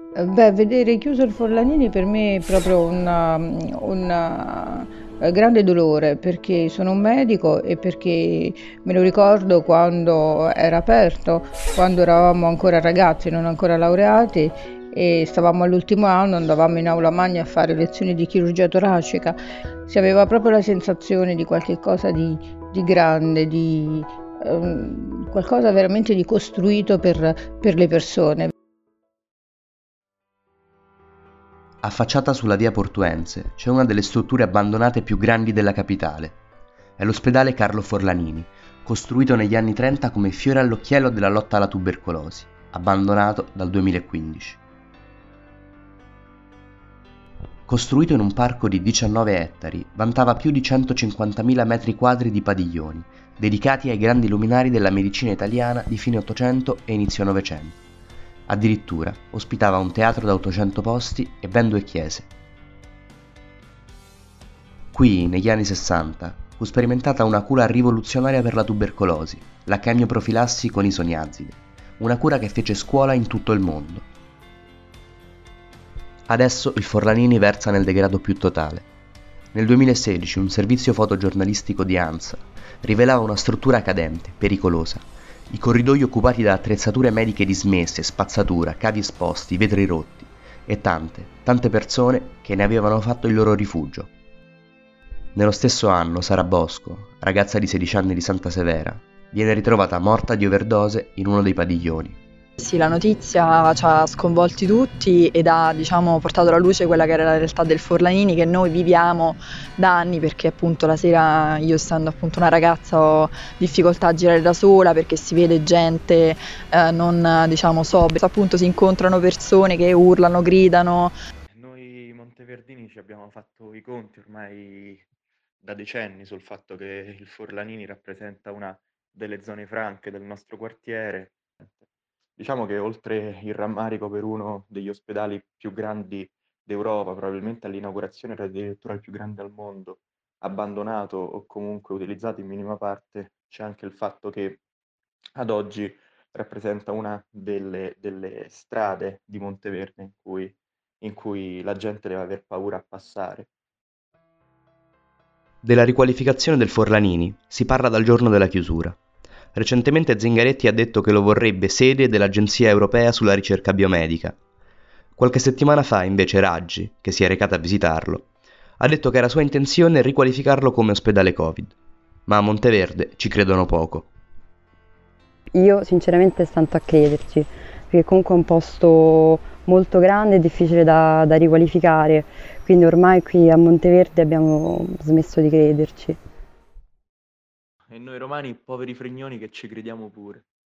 Vedere chiuso il Forlanini per me è proprio un grande dolore perché sono un medico e perché me lo ricordo quando era aperto, quando eravamo ancora ragazzi, non ancora laureati e stavamo all'ultimo anno, andavamo in aula magna a fare lezioni di chirurgia toracica. Si aveva proprio la sensazione di qualche cosa di grande, di qualcosa veramente di costruito per le persone. Affacciata sulla via Portuense c'è una delle strutture abbandonate più grandi della capitale. È l'ospedale Carlo Forlanini, costruito negli anni 30 come fiore all'occhiello della lotta alla tubercolosi, abbandonato dal 2015. Costruito in un parco di 19 ettari, vantava più di 150.000 metri quadri di padiglioni, dedicati ai grandi luminari della medicina italiana di fine Ottocento e inizio Novecento. Addirittura ospitava un teatro da 800 posti e ben 2 chiese. Qui, negli anni 60, fu sperimentata una cura rivoluzionaria per la tubercolosi, la chemioprofilassi con isoniazide, una cura che fece scuola in tutto il mondo. Adesso il Forlanini versa nel degrado più totale. Nel 2016 un servizio fotogiornalistico di ANSA rivelava una struttura cadente, pericolosa, i corridoi occupati da attrezzature mediche dismesse, spazzatura, cavi esposti, vetri rotti e tante persone che ne avevano fatto il loro rifugio. Nello stesso anno Sara Bosco, ragazza di 16 anni di Santa Severa, viene ritrovata morta di overdose in uno dei padiglioni. Sì, la notizia ci ha sconvolti tutti ed ha, diciamo, portato alla luce quella che era la realtà del Forlanini che noi viviamo da anni perché appunto la sera io essendo appunto una ragazza ho difficoltà a girare da sola perché si vede gente non diciamo sobria, appunto si incontrano persone che urlano, gridano. Noi monteverdini ci abbiamo fatto i conti ormai da decenni sul fatto che il Forlanini rappresenta una delle zone franche del nostro quartiere. Diciamo che oltre il rammarico per uno degli ospedali più grandi d'Europa, probabilmente all'inaugurazione era addirittura il più grande al mondo, abbandonato o comunque utilizzato in minima parte, c'è anche il fatto che ad oggi rappresenta una delle strade di Monteverde in cui la gente deve aver paura a passare. Della riqualificazione del Forlanini si parla dal giorno della chiusura. Recentemente Zingaretti ha detto che lo vorrebbe sede dell'Agenzia Europea sulla ricerca biomedica. Qualche settimana fa, invece, Raggi, che si è recato a visitarlo, ha detto che era sua intenzione riqualificarlo come ospedale Covid. Ma a Monteverde ci credono poco. Io sinceramente stento a crederci, perché comunque è un posto molto grande e difficile da riqualificare, quindi ormai qui a Monteverde abbiamo smesso di crederci. E noi romani, poveri fregnoni che ci crediamo pure.